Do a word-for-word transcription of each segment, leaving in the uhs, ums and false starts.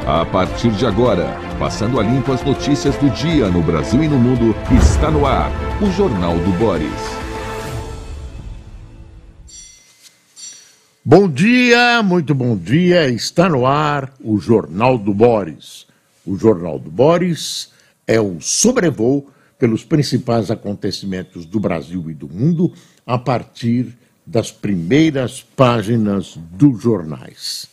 A partir de agora, passando a limpo as notícias do dia no Brasil e no mundo, está no ar o Jornal do Boris. Bom dia, muito bom dia, está no ar o Jornal do Boris. O Jornal do Boris é um sobrevoo pelos principais acontecimentos do Brasil e do mundo a partir das primeiras páginas dos jornais.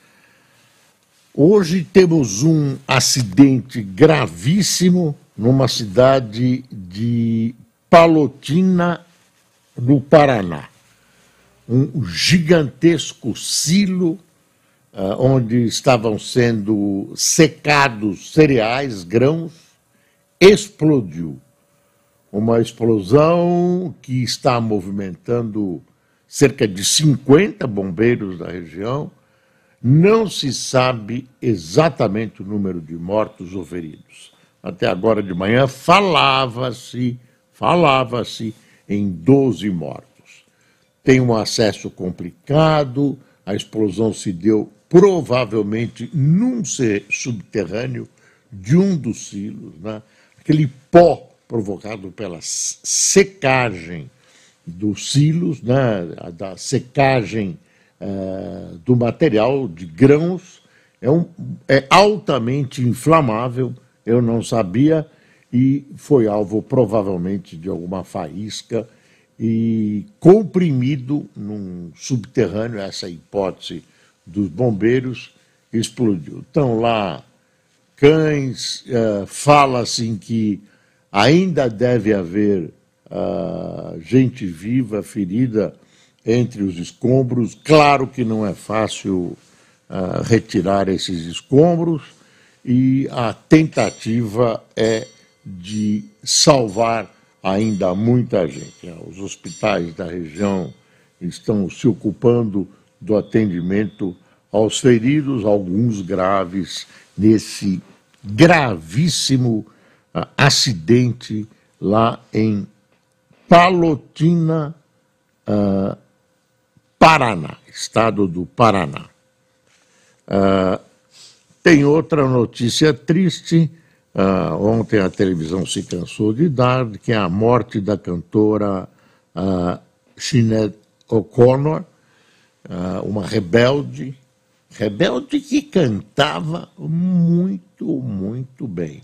Hoje temos um acidente gravíssimo numa cidade de Palotina, no Paraná. Um gigantesco silo uh, onde estavam sendo secados cereais, grãos, explodiu. Uma explosão que está movimentando cerca de cinquenta bombeiros da região. Não se sabe exatamente o número de mortos ou feridos. Até agora de manhã falava-se, falava-se em doze mortos. Tem um acesso complicado, a explosão se deu provavelmente num subterrâneo de um dos silos, né? Aquele pó provocado pela secagem dos silos, né? Da secagem Uh, do material de grãos, é, um, é altamente inflamável, eu não sabia, e foi alvo provavelmente de alguma faísca e comprimido num subterrâneo, essa hipótese dos bombeiros, explodiu. Estão lá cães, uh, fala-se em que ainda deve haver uh, gente viva, ferida, entre os escombros. Claro que não é fácil uh, retirar esses escombros e a tentativa é de salvar ainda muita gente. Os hospitais da região estão se ocupando do atendimento aos feridos, alguns graves, nesse gravíssimo uh, acidente lá em Palotina, uh, Paraná, estado do Paraná. Uh, tem outra notícia triste, uh, ontem a televisão se cansou de dar, que é a morte da cantora uh, Sinéad O'Connor, uh, uma rebelde, rebelde que cantava muito, muito bem.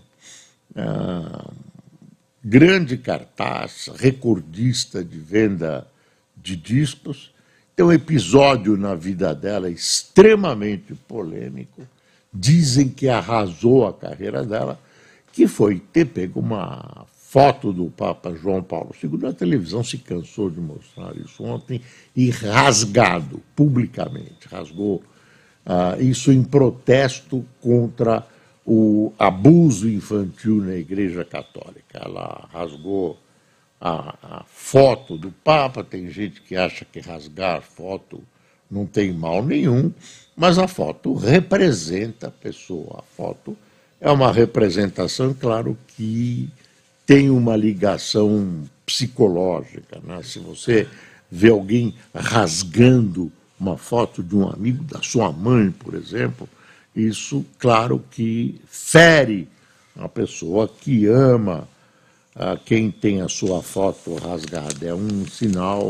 Uh, grande cartaz, recordista de venda de discos. Tem um episódio na vida dela extremamente polêmico, dizem que arrasou a carreira dela, que foi ter pego uma foto do Papa João Paulo segundo. A televisão se cansou de mostrar isso ontem e rasgado publicamente, rasgou uh, isso em protesto contra o abuso infantil na Igreja Católica. Ela rasgou A, a foto do Papa. Tem gente que acha que rasgar foto não tem mal nenhum, mas a foto representa a pessoa. A foto é uma representação, claro, que tem uma ligação psicológica, né? Se você vê alguém rasgando uma foto de um amigo, da sua mãe, por exemplo, isso, claro, que fere a pessoa que ama Uh, quem tem a sua foto rasgada. É um sinal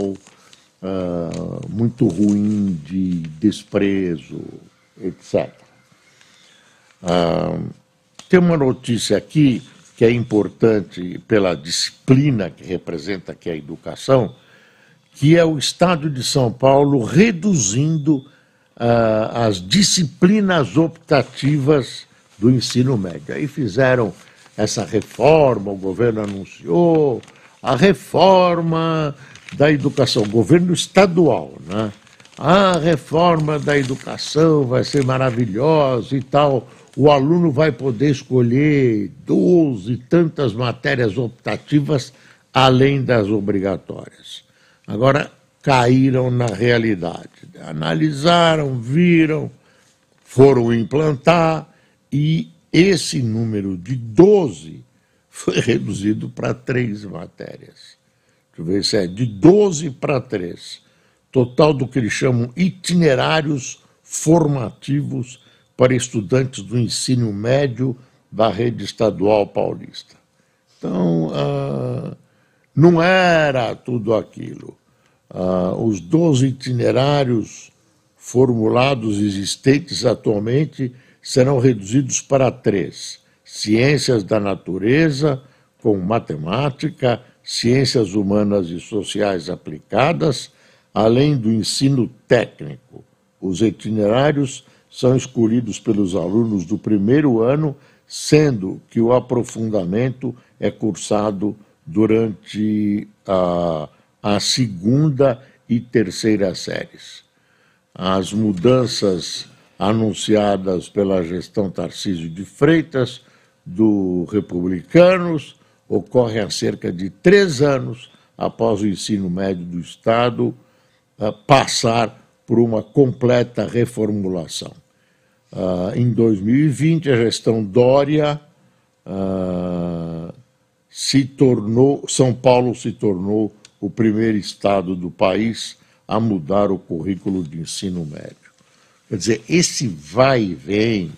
uh, muito ruim de desprezo, etcétera. Uh, tem uma notícia aqui que é importante pela disciplina que representa, que é a educação, que é o Estado de São Paulo reduzindo uh, as disciplinas optativas do ensino médio. Aí fizeram essa reforma, o governo anunciou a reforma da educação, governo estadual, né? A reforma da educação vai ser maravilhosa e tal, o aluno vai poder escolher doze tantas matérias optativas além das obrigatórias. Agora caíram na realidade, analisaram, viram, foram implantar e esse número de doze foi reduzido para três matérias. Deixa eu ver se é de doze para três. Total do que eles chamam itinerários formativos para estudantes do ensino médio da rede estadual paulista. Então, ah, não era tudo aquilo. Ah, os doze itinerários formulados existentes atualmente serão reduzidos para três: ciências da natureza, com matemática, ciências humanas e sociais aplicadas, além do ensino técnico. Os itinerários são escolhidos pelos alunos do primeiro ano, sendo que o aprofundamento é cursado durante a, a segunda e terceira séries. As mudanças anunciadas pela gestão Tarcísio de Freitas, do Republicanos, ocorrem há cerca de três anos após o ensino médio do Estado uh, passar por uma completa reformulação. Uh, em dois mil e vinte, a gestão Dória uh, se tornou, São Paulo se tornou o primeiro estado do país a mudar o currículo de ensino médio. Quer dizer, esse vai e vem,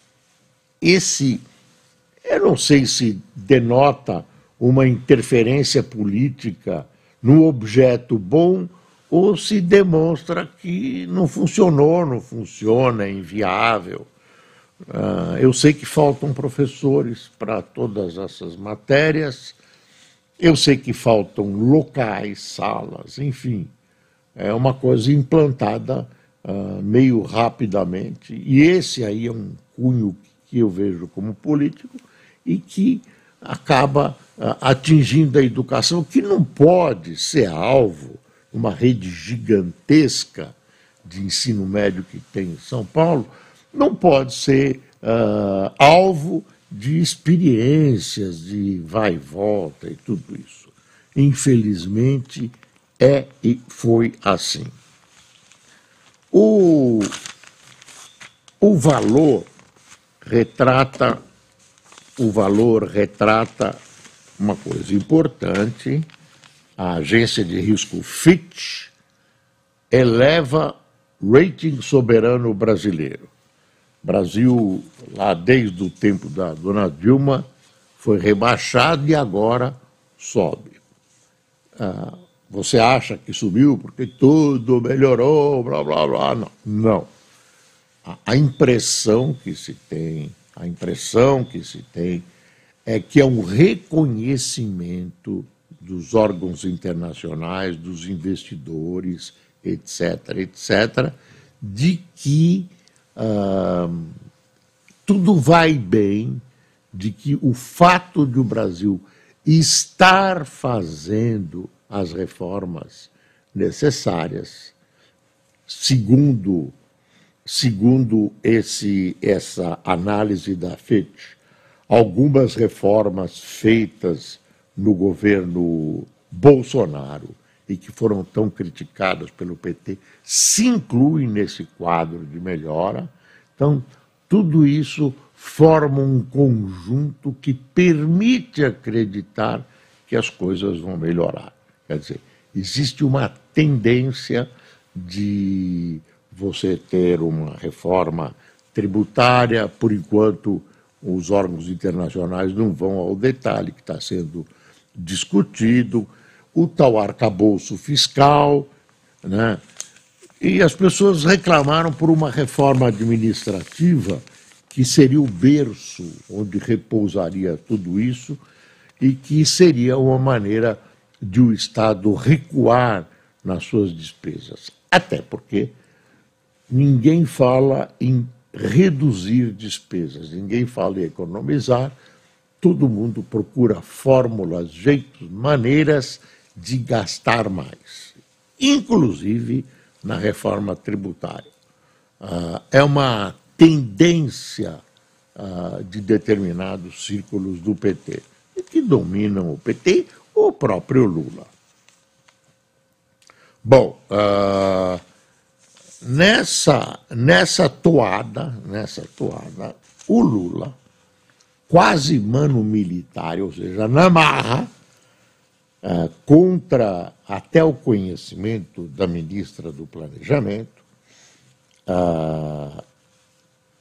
esse, eu não sei se denota uma interferência política no objeto bom ou se demonstra que não funcionou, não funciona, é inviável. Uh, eu sei que faltam professores para todas essas matérias, eu sei que faltam locais, salas, enfim, é uma coisa implantada uh, meio rapidamente, e esse aí é um cunho que eu vejo como político e que acaba uh, atingindo a educação, que não pode ser alvo de uma rede gigantesca de ensino médio que tem em São Paulo, não pode ser uh, alvo de experiências, de vai e volta e tudo isso. Infelizmente, é e foi assim. O, o valor retrata, o valor retrata uma coisa importante. A agência de risco Fitch eleva rating soberano brasileiro. Brasil, lá desde o tempo da dona Dilma, foi rebaixado e agora sobe. Ah, você acha que subiu porque tudo melhorou, blá, blá, blá. Não. Não. A, a impressão que se tem, a impressão que se tem é que é um reconhecimento dos órgãos internacionais, dos investidores, etc, etcétera, de que Uh, tudo vai bem, de que o fato de o Brasil estar fazendo as reformas necessárias, segundo, segundo esse, essa análise da Fitch, algumas reformas feitas no governo Bolsonaro e que foram tão criticadas pelo P T, se incluem nesse quadro de melhora. Então, tudo isso forma um conjunto que permite acreditar que as coisas vão melhorar. Quer dizer, existe uma tendência de você ter uma reforma tributária, por enquanto os órgãos internacionais não vão ao detalhe que está sendo discutido, o tal arcabouço fiscal, né? E as pessoas reclamaram por uma reforma administrativa que seria o berço onde repousaria tudo isso e que seria uma maneira de o Estado recuar nas suas despesas. Até porque ninguém fala em reduzir despesas, ninguém fala em economizar, todo mundo procura fórmulas, jeitos, maneiras de gastar mais, inclusive na reforma tributária. Uh, é uma tendência uh, de determinados círculos do P T, que dominam o P T, o próprio Lula. Bom, uh, nessa, nessa toada, nessa toada, o Lula, quase mano militar, ou seja, na marra, Uh, contra até o conhecimento da ministra do Planejamento, uh,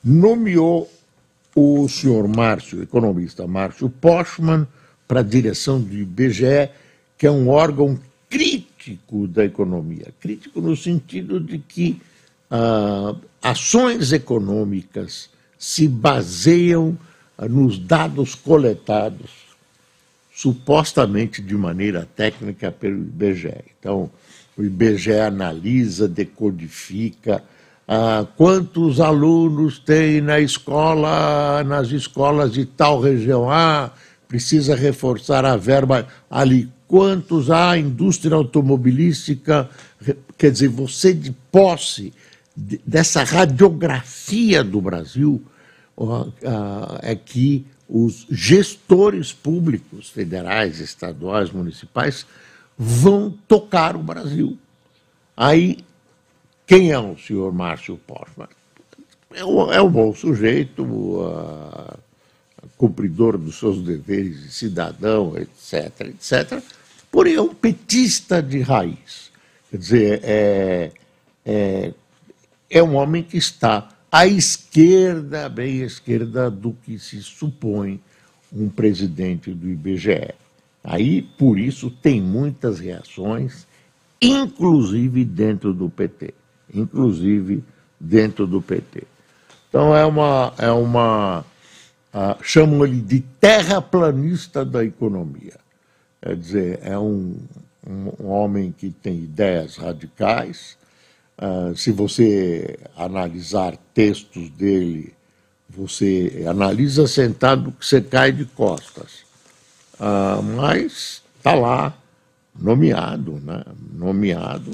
nomeou o senhor Márcio, economista Márcio Postman, para a direção do I B G E, que é um órgão crítico da economia. Crítico no sentido de que ah, ações econômicas se baseiam ah, nos dados coletados, supostamente de maneira técnica, pelo I B G E. Então, o I B G E analisa, decodifica ah, quantos alunos tem na escola, nas escolas de tal região. Ah, precisa reforçar a verba ali. Quantos há indústria automobilística? Quer dizer, você de posse de, dessa radiografia do Brasil uh, uh, é que os gestores públicos, federais, estaduais, municipais, vão tocar o Brasil. Aí, quem é o senhor Márcio Postman? É um, é um bom sujeito, uh, cumpridor dos seus deveres de cidadão, etc, etcétera, porém é um petista de raiz. Quer dizer, é, é, é um homem que está à esquerda, bem à esquerda do que se supõe um presidente do I B G E. Aí, por isso, tem muitas reações, inclusive dentro do P T. Inclusive dentro do P T. Então, é uma... É uma Uh, chamam ele de terraplanista da economia. Quer dizer, é um, um, um homem que tem ideias radicais. Uh, se você analisar textos dele, você analisa sentado que você cai de costas. Uh, mas está lá, nomeado, né? Nomeado.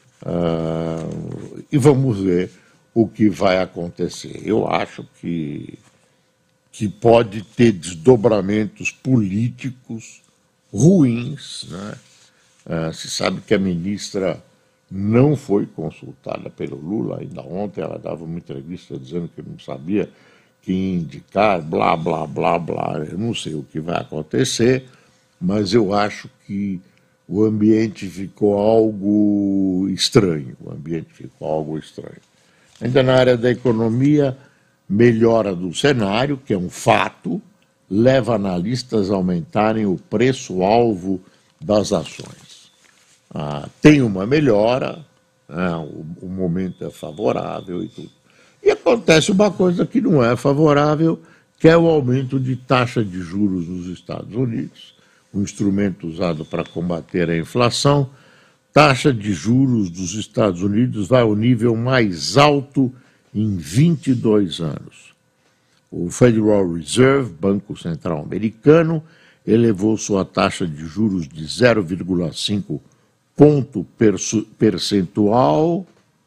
Uh, e vamos ver o que vai acontecer. Eu acho que que pode ter desdobramentos políticos ruins, né? Ah, se sabe que a ministra não foi consultada pelo Lula, ainda ontem ela dava uma entrevista dizendo que não sabia quem indicar, blá, blá, blá, blá, eu não sei o que vai acontecer, mas eu acho que o ambiente ficou algo estranho, o ambiente ficou algo estranho. Ainda na área da economia, melhora do cenário, que é um fato, leva analistas a aumentarem o preço-alvo das ações. Ah, tem uma melhora, né, o, o momento é favorável e tudo. E acontece uma coisa que não é favorável, que é o aumento de taxa de juros nos Estados Unidos, um instrumento usado para combater a inflação. Taxa de juros dos Estados Unidos vai ao nível mais alto em vinte e dois anos. O Federal Reserve, Banco Central Americano, elevou sua taxa de juros de zero vírgula cinco ponto percentual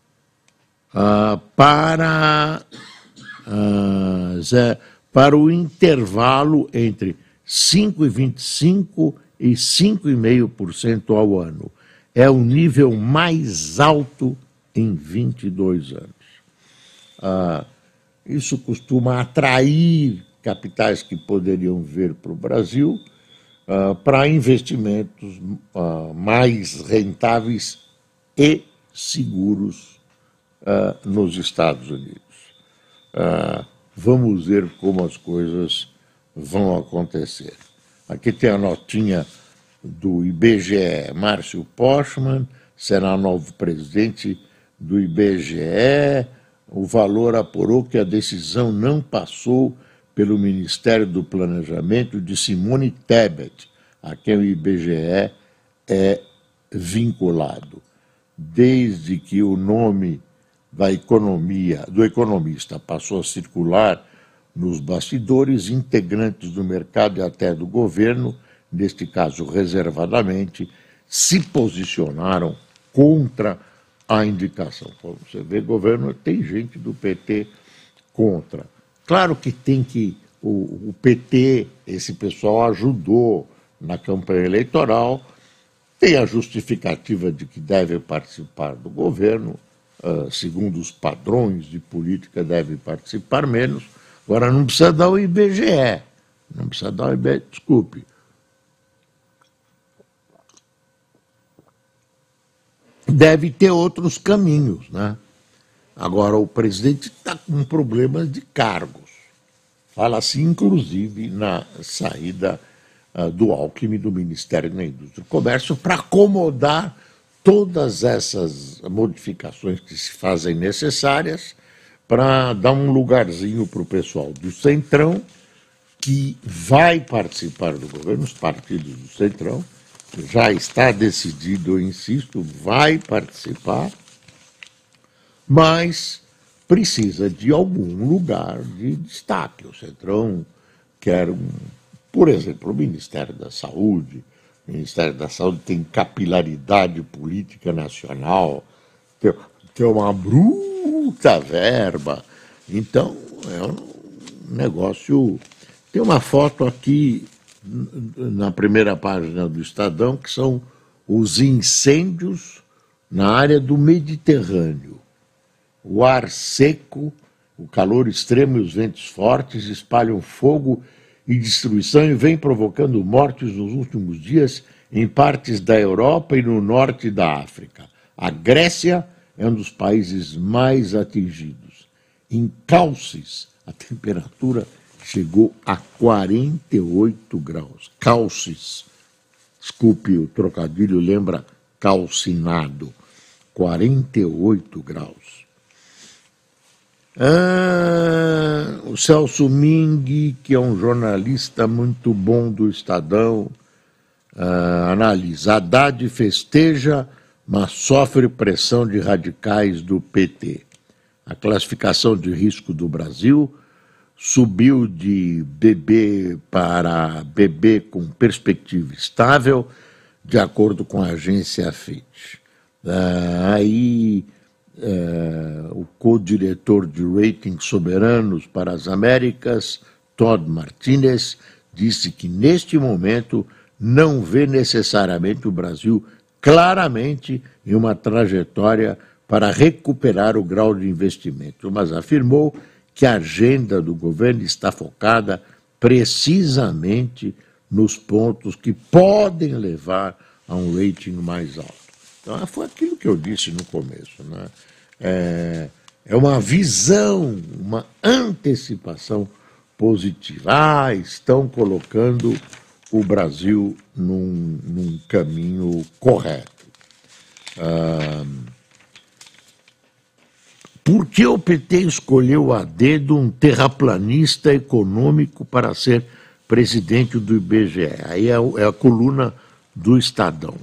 uh, para, uh, para o intervalo entre cinco vírgula vinte e cinco e cinco vírgula cinco por cento ao ano. É o nível mais alto em vinte e dois anos. Ah, isso costuma atrair capitais que poderiam vir para o Brasil ah, para investimentos ah, mais rentáveis e seguros ah, nos Estados Unidos. Ah, vamos ver como as coisas vão acontecer. Aqui tem a notinha do I B G E, Márcio Postman, será novo presidente do I B G E. O Valor apurou que a decisão não passou pelo Ministério do Planejamento de Simone Tebet, a quem o I B G E é vinculado. Desde que o nome da economia, do economista passou a circular nos bastidores, integrantes do mercado e até do governo, neste caso reservadamente, se posicionaram contra a indicação. Como você vê, governo, tem gente do P T contra. Claro que tem que, o, o P T, esse pessoal ajudou na campanha eleitoral, tem a justificativa de que deve participar do governo, uh, segundo os padrões de política deve participar menos, agora não precisa dar o I B G E, não precisa dar o I B G E, desculpe. Deve ter outros caminhos, né? Agora, o presidente está com problemas de cargos. Fala-se, inclusive, na saída uh, do Alckmin do Ministério da Indústria e Comércio para acomodar todas essas modificações que se fazem necessárias para dar um lugarzinho para o pessoal do Centrão, que vai participar do governo, os partidos do Centrão, já está decidido, eu insisto, vai participar, mas precisa de algum lugar de destaque. O Centrão quer, um, por exemplo, o Ministério da Saúde. O Ministério da Saúde tem capilaridade política nacional, tem, tem uma bruta verba. Então, é um negócio... Tem uma foto aqui na primeira página do Estadão, que são os incêndios na área do Mediterrâneo. O ar seco, o calor extremo e os ventos fortes espalham fogo e destruição e vem provocando mortes nos últimos dias em partes da Europa e no norte da África. A Grécia é um dos países mais atingidos. Em Calcis, a temperatura chegou a quarenta e oito graus. Calcis, desculpe o trocadilho, lembra calcinado, quarenta e oito graus. Ah, o Celso Ming, que é um jornalista muito bom do Estadão, ah, analisa: Haddad festeja, mas sofre pressão de radicais do P T. A classificação de risco do Brasil subiu de B B para B B com perspectiva estável, de acordo com a agência Fitch. Ah, aí ah, o co-diretor de rating soberanos para as Américas, Todd Martinez, disse que neste momento não vê necessariamente o Brasil claramente em uma trajetória para recuperar o grau de investimento, mas afirmou que a agenda do governo está focada precisamente nos pontos que podem levar a um rating mais alto. Então, foi aquilo que eu disse no começo, né? É, é uma visão, uma antecipação positiva. Ah, estão colocando o Brasil num, num caminho correto. Ah, Por que o P T escolheu a dedo um terraplanista econômico para ser presidente do I B G E? Aí é a, é a coluna do Estadão.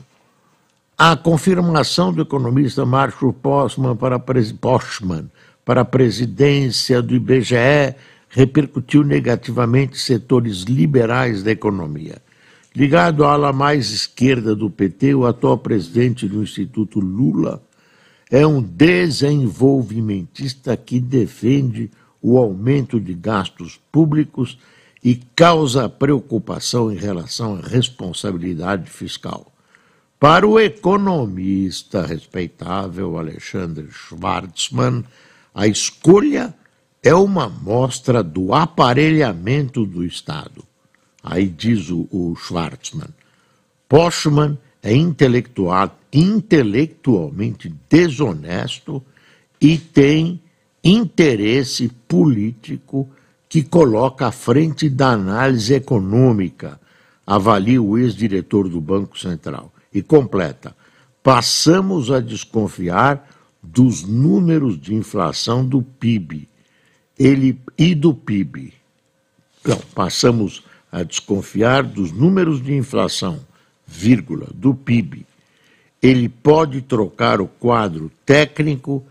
A confirmação do economista Marshall Postman para, Postman para a presidência do I B G E repercutiu negativamente em setores liberais da economia. Ligado à ala mais esquerda do P T, o atual presidente do Instituto Lula é um desenvolvimentista que defende o aumento de gastos públicos e causa preocupação em relação à responsabilidade fiscal. Para o economista respeitável Alexandre Schwartzman, a escolha é uma mostra do aparelhamento do Estado. Aí diz o, o Schwartzman, Postman é intelectual, intelectualmente desonesto e tem interesse político que coloca à frente da análise econômica, avalia o ex-diretor do Banco Central. E completa, passamos a desconfiar dos números de inflação do P I B ele, e do P I B. Não, passamos a desconfiar dos números de inflação, vírgula, do P I B. Ele pode trocar o quadro técnico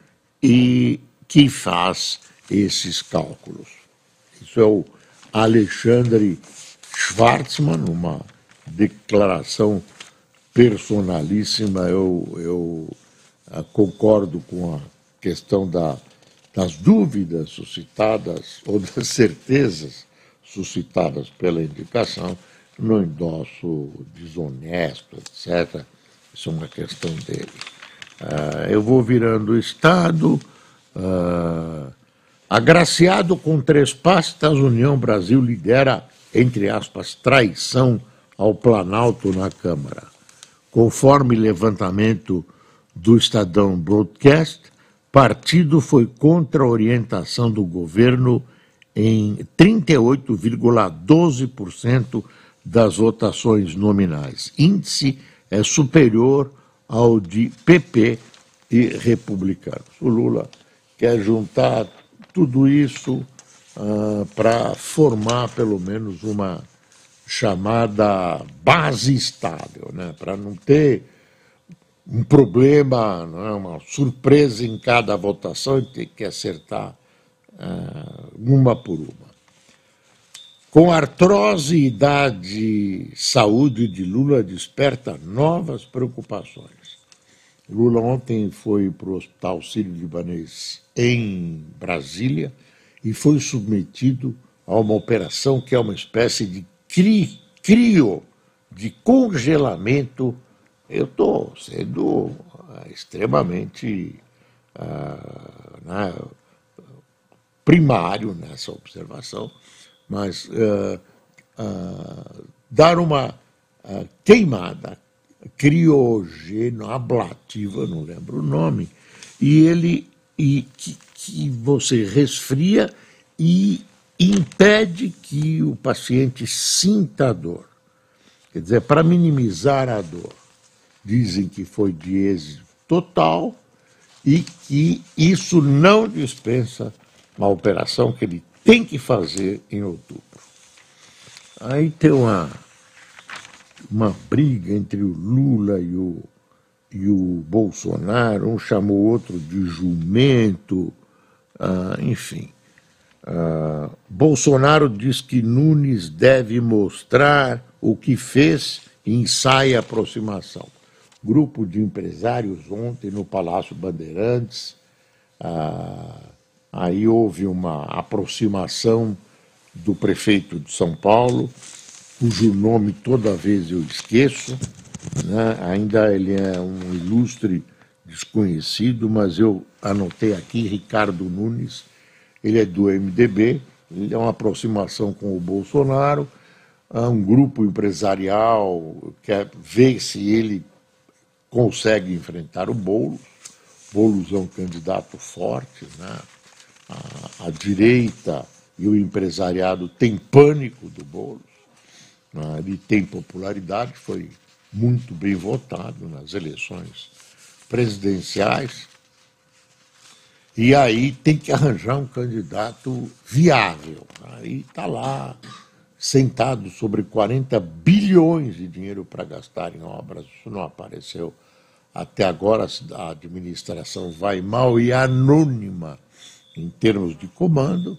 e que faz esses cálculos. Isso é o Alexandre Schwartzman, uma declaração personalíssima. Eu, eu uh, concordo com a questão da, das dúvidas suscitadas, ou das certezas suscitadas pela indicação, no endosso desonesto, etcétera. Isso é uma questão dele. Uh, eu vou virando o Estado. Uh, agraciado com três pastas, União Brasil lidera, entre aspas, traição ao Planalto na Câmara. Conforme levantamento do Estadão Broadcast, partido foi contra a orientação do governo em trinta e oito vírgula doze por cento das votações nominais. Índice é superior ao de P P e republicanos. O Lula quer juntar tudo isso uh, para formar pelo menos uma chamada base estável, né? Para não ter um problema, não é? Uma surpresa em cada votação e ter que acertar uh, uma por uma. Com artrose, idade, saúde de Lula desperta novas preocupações. Lula ontem foi para o Hospital Sírio-Libanês em Brasília e foi submetido a uma operação que é uma espécie de cri, crio, de congelamento. Eu estou sendo uh, extremamente uh, né, primário nessa observação, mas uh, uh, dar uma uh, queimada criogênio ablativa, não lembro o nome, e ele e que, que você resfria e impede que o paciente sinta a dor. Quer dizer, para minimizar a dor. Dizem que foi de êxito total e que isso não dispensa uma operação que ele tem que fazer em outubro. Aí tem uma, uma briga entre o Lula e o, e o Bolsonaro, um chamou o outro de jumento, ah, enfim. Ah, Bolsonaro diz que Nunes deve mostrar o que fez e ensaia a aproximação. Grupo de empresários ontem no Palácio Bandeirantes, ah, aí houve uma aproximação do prefeito de São Paulo, cujo nome toda vez eu esqueço, né? Ainda ele é um ilustre desconhecido, mas eu anotei aqui, Ricardo Nunes, ele é do M D B, ele é uma aproximação com o Bolsonaro, um grupo empresarial quer ver se ele consegue enfrentar o Boulos. Boulos é um candidato forte, né? A, a direita e o empresariado têm pânico do Boulos, né? Ele tem popularidade, foi muito bem votado nas eleições presidenciais, e aí tem que arranjar um candidato viável. Aí está lá, sentado sobre quarenta bilhões de dinheiro para gastar em obras, isso não apareceu até agora, a administração vai mal e anônima em termos de comando,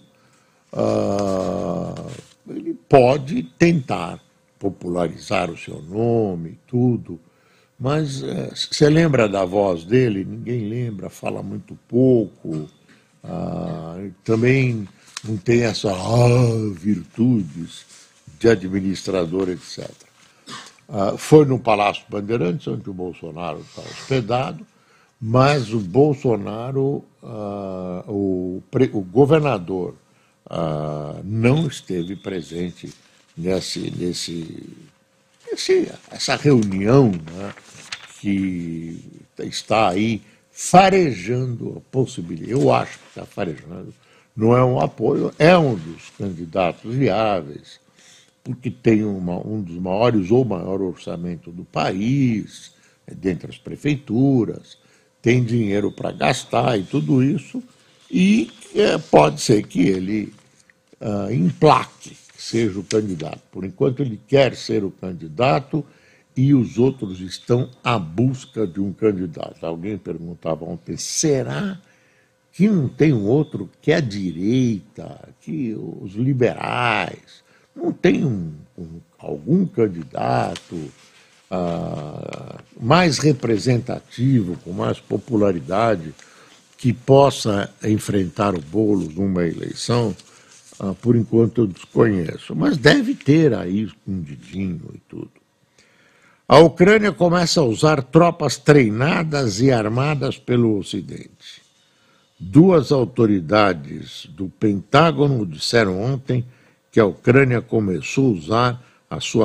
uh, ele pode tentar popularizar o seu nome, tudo, mas uh, você lembra da voz dele? Ninguém lembra, fala muito pouco, uh, também não tem essas ah, virtudes de administrador, etcétera. Uh, foi no Palácio Bandeirantes, onde o Bolsonaro está hospedado, mas o Bolsonaro, uh, o, pre, o governador, uh, não esteve presente nesse, nesse, nesse, essa reunião, né, que está aí farejando a possibilidade. Eu acho que está farejando, não é um apoio, é um dos candidatos viáveis, porque tem uma, um dos maiores ou maior orçamento do país, dentre as prefeituras, tem dinheiro para gastar e tudo isso, e é, pode ser que ele uh, emplaque, seja o candidato. Por enquanto ele quer ser o candidato e os outros estão à busca de um candidato. Alguém perguntava ontem, será que não tem um outro que é a direita, que os liberais... Não tem um, um, algum candidato uh, mais representativo, com mais popularidade, que possa enfrentar o Boulos numa eleição? Uh, por enquanto eu desconheço, mas deve ter aí um dedinho e tudo. A Ucrânia começa a usar tropas treinadas e armadas pelo Ocidente. Duas autoridades do Pentágono disseram ontem que a Ucrânia começou a usar a sua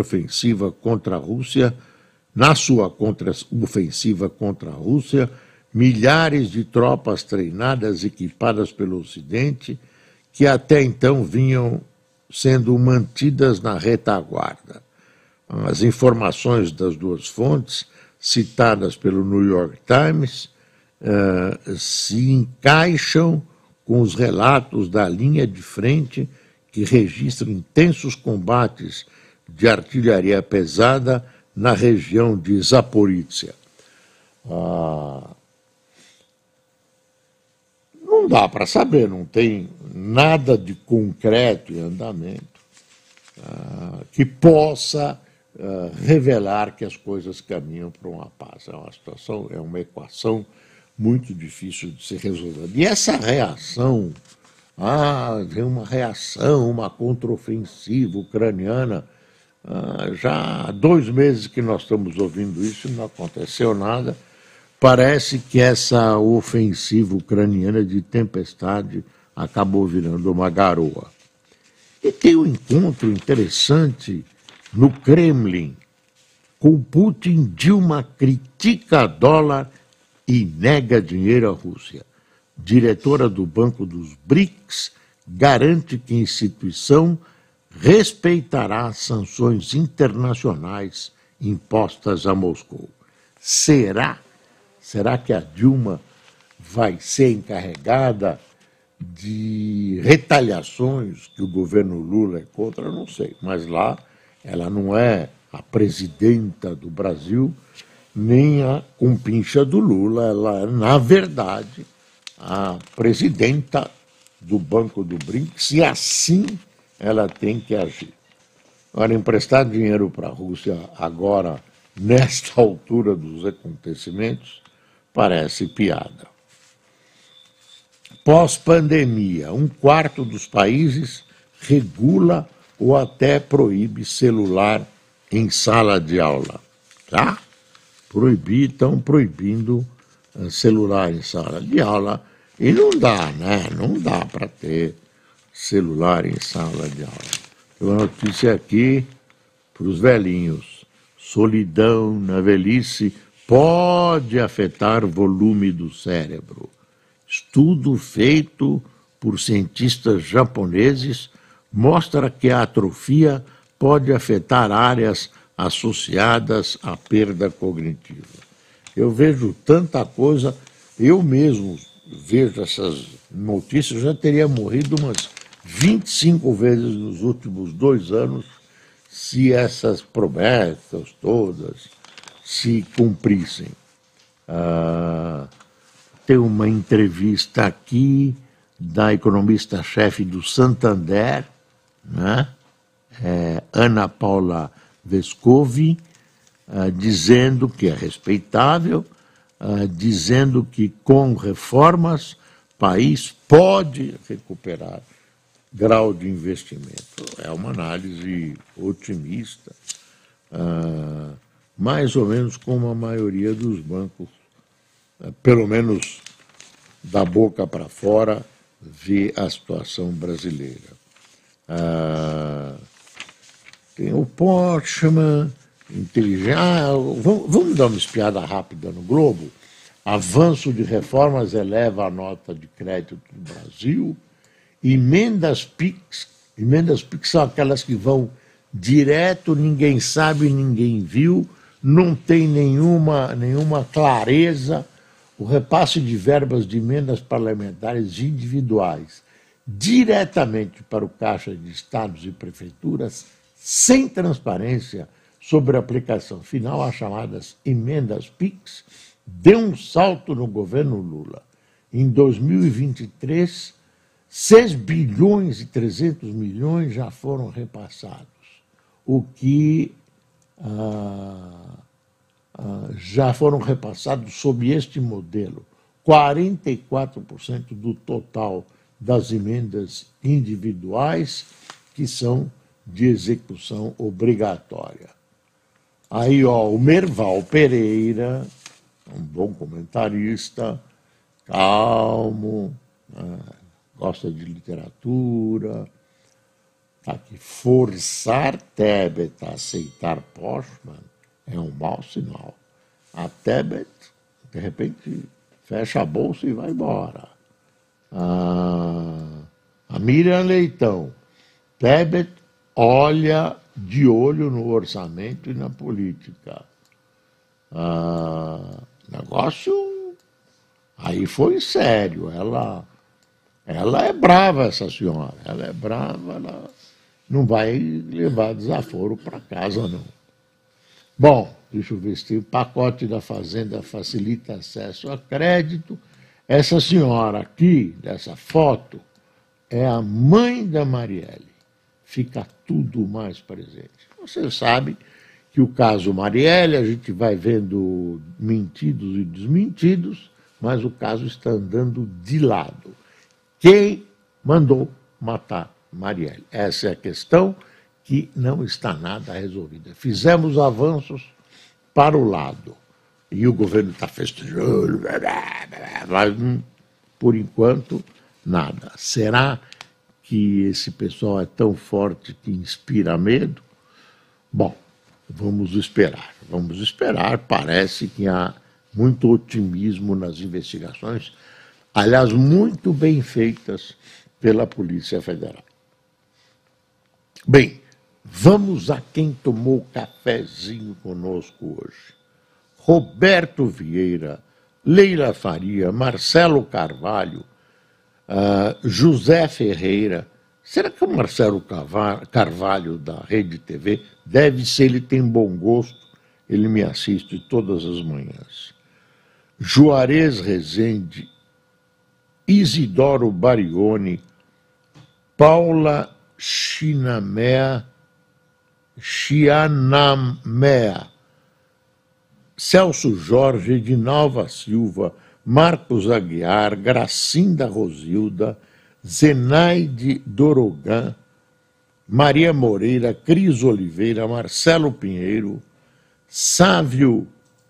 contraofensiva contra a Rússia, na sua contraofensiva contra a Rússia, milhares de tropas treinadas, equipadas pelo Ocidente, que até então vinham sendo mantidas na retaguarda. As informações das duas fontes, citadas pelo New York Times, uh, se encaixam com os relatos da linha de frente que registram intensos combates de artilharia pesada na região de Zaporizhia. Ah, não dá para saber, não tem nada de concreto em andamento ah, que possa ah, revelar que as coisas caminham para uma paz. É uma situação, é uma equação muito difícil de ser resolvida. E essa reação, ah, tem uma reação, uma contraofensiva ucraniana, ah, já há dois meses que nós estamos ouvindo isso e não aconteceu nada. Parece que essa ofensiva ucraniana de tempestade acabou virando uma garoa. E tem um encontro interessante no Kremlin, com Putin. Dilma critica dólar e nega dinheiro à Rússia. Diretora do Banco dos BRICS garante que a instituição respeitará sanções internacionais impostas a Moscou. Será? Será que a Dilma vai ser encarregada de retaliações que o governo Lula é contra? Eu não sei, mas lá ela não é a presidenta do Brasil, nem a compincha do Lula, ela é, na verdade, a presidenta do Banco do BRICS, e assim ela tem que agir. Agora, emprestar dinheiro para a Rússia agora, nesta altura dos acontecimentos, parece piada. Pós-pandemia, um quarto dos países regula ou até proíbe celular em sala de aula. Tá? Proibir, estão proibindo celular em sala de aula. E não dá, né? Não dá para ter celular em sala de aula. Tem uma notícia aqui para os velhinhos. Solidão na velhice pode afetar o volume do cérebro. Estudo feito por cientistas japoneses mostra que a atrofia pode afetar áreas associadas à perda cognitiva. Eu vejo tanta coisa, eu mesmo vejo essas notícias, já teria morrido umas vinte e cinco vezes nos últimos dois anos se essas promessas todas se cumprissem. Ah, tem uma entrevista aqui da economista-chefe do Santander, né? é, Ana Paula Vescovi, ah, dizendo que é respeitável, ah, dizendo que com reformas o país pode recuperar grau de investimento. É uma análise otimista, ah, mais ou menos como a maioria dos bancos, ah, pelo menos da boca para fora, vê a situação brasileira. Ah, tem o Portman, inteligente. Ah, vamos, vamos dar uma espiada rápida no Globo. Avanço de reformas eleva a nota de crédito do Brasil. Emendas PIX, emendas PIX são aquelas que vão direto, ninguém sabe, ninguém viu, não tem nenhuma, nenhuma clareza. O repasse de verbas de emendas parlamentares individuais diretamente para o Caixa de Estados e Prefeituras, sem transparência sobre a aplicação final, as chamadas emendas PIX, deu um salto no governo Lula. Em dois mil e vinte e três, seis bilhões e trezentos milhões já foram repassados, o que ah, ah, já foram repassados sob este modelo. quarenta e quatro por cento do total das emendas individuais que são de execução obrigatória. Aí, ó, o Merval Pereira, um bom comentarista, calmo, né, gosta de literatura, tá, que forçar Tebet a aceitar Portman é um mau sinal. A Tebet, de repente, fecha a bolsa e vai embora. A, a Miriam Leitão, Tebet olha de olho no orçamento e na política. Ah, negócio aí foi sério. Ela, ela é brava, essa senhora. Ela é brava, ela não vai levar desaforo para casa, não. Bom, deixa eu ver se tem o pacote da Fazenda facilita acesso a crédito. Essa senhora aqui, dessa foto, é a mãe da Marielle. Fica tudo mais presente. Você sabe que o caso Marielle, a gente vai vendo mentidos e desmentidos, mas o caso está andando de lado. Quem mandou matar Marielle? Essa é a questão que não está nada resolvida. Fizemos avanços para o lado e o governo está festejando, mas por enquanto nada. Será que esse pessoal é tão forte que inspira medo? Bom, vamos esperar, vamos esperar. Parece que há muito otimismo nas investigações, aliás, muito bem feitas pela Polícia Federal. Bem, vamos a quem tomou cafezinho conosco hoje. Roberto Vieira, Leila Faria, Marcelo Carvalho, uh, José Ferreira. Será que o Marcelo Carvalho, da Rede T V, deve ser, ele tem bom gosto, ele me assiste todas as manhãs. Juarez Rezende, Isidoro Barioni, Paula Chinamea, Chianamea, Celso Jorge, Edinalva Silva, Marcos Aguiar, Gracinda Rosilda, Zenaide Dorogan, Maria Moreira, Cris Oliveira, Marcelo Pinheiro, Sávio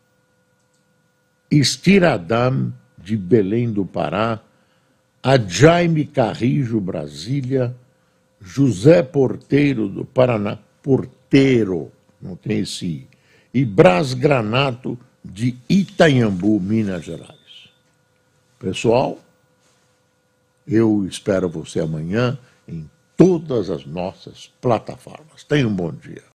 Estiradam, de Belém do Pará, a Jaime Carrijo, Brasília, José Porteiro, do Paraná, Porteiro, não tem esse I, e Brás Granato, de Itanhambu, Minas Gerais. Pessoal, eu espero você amanhã em todas as nossas plataformas. Tenha um bom dia.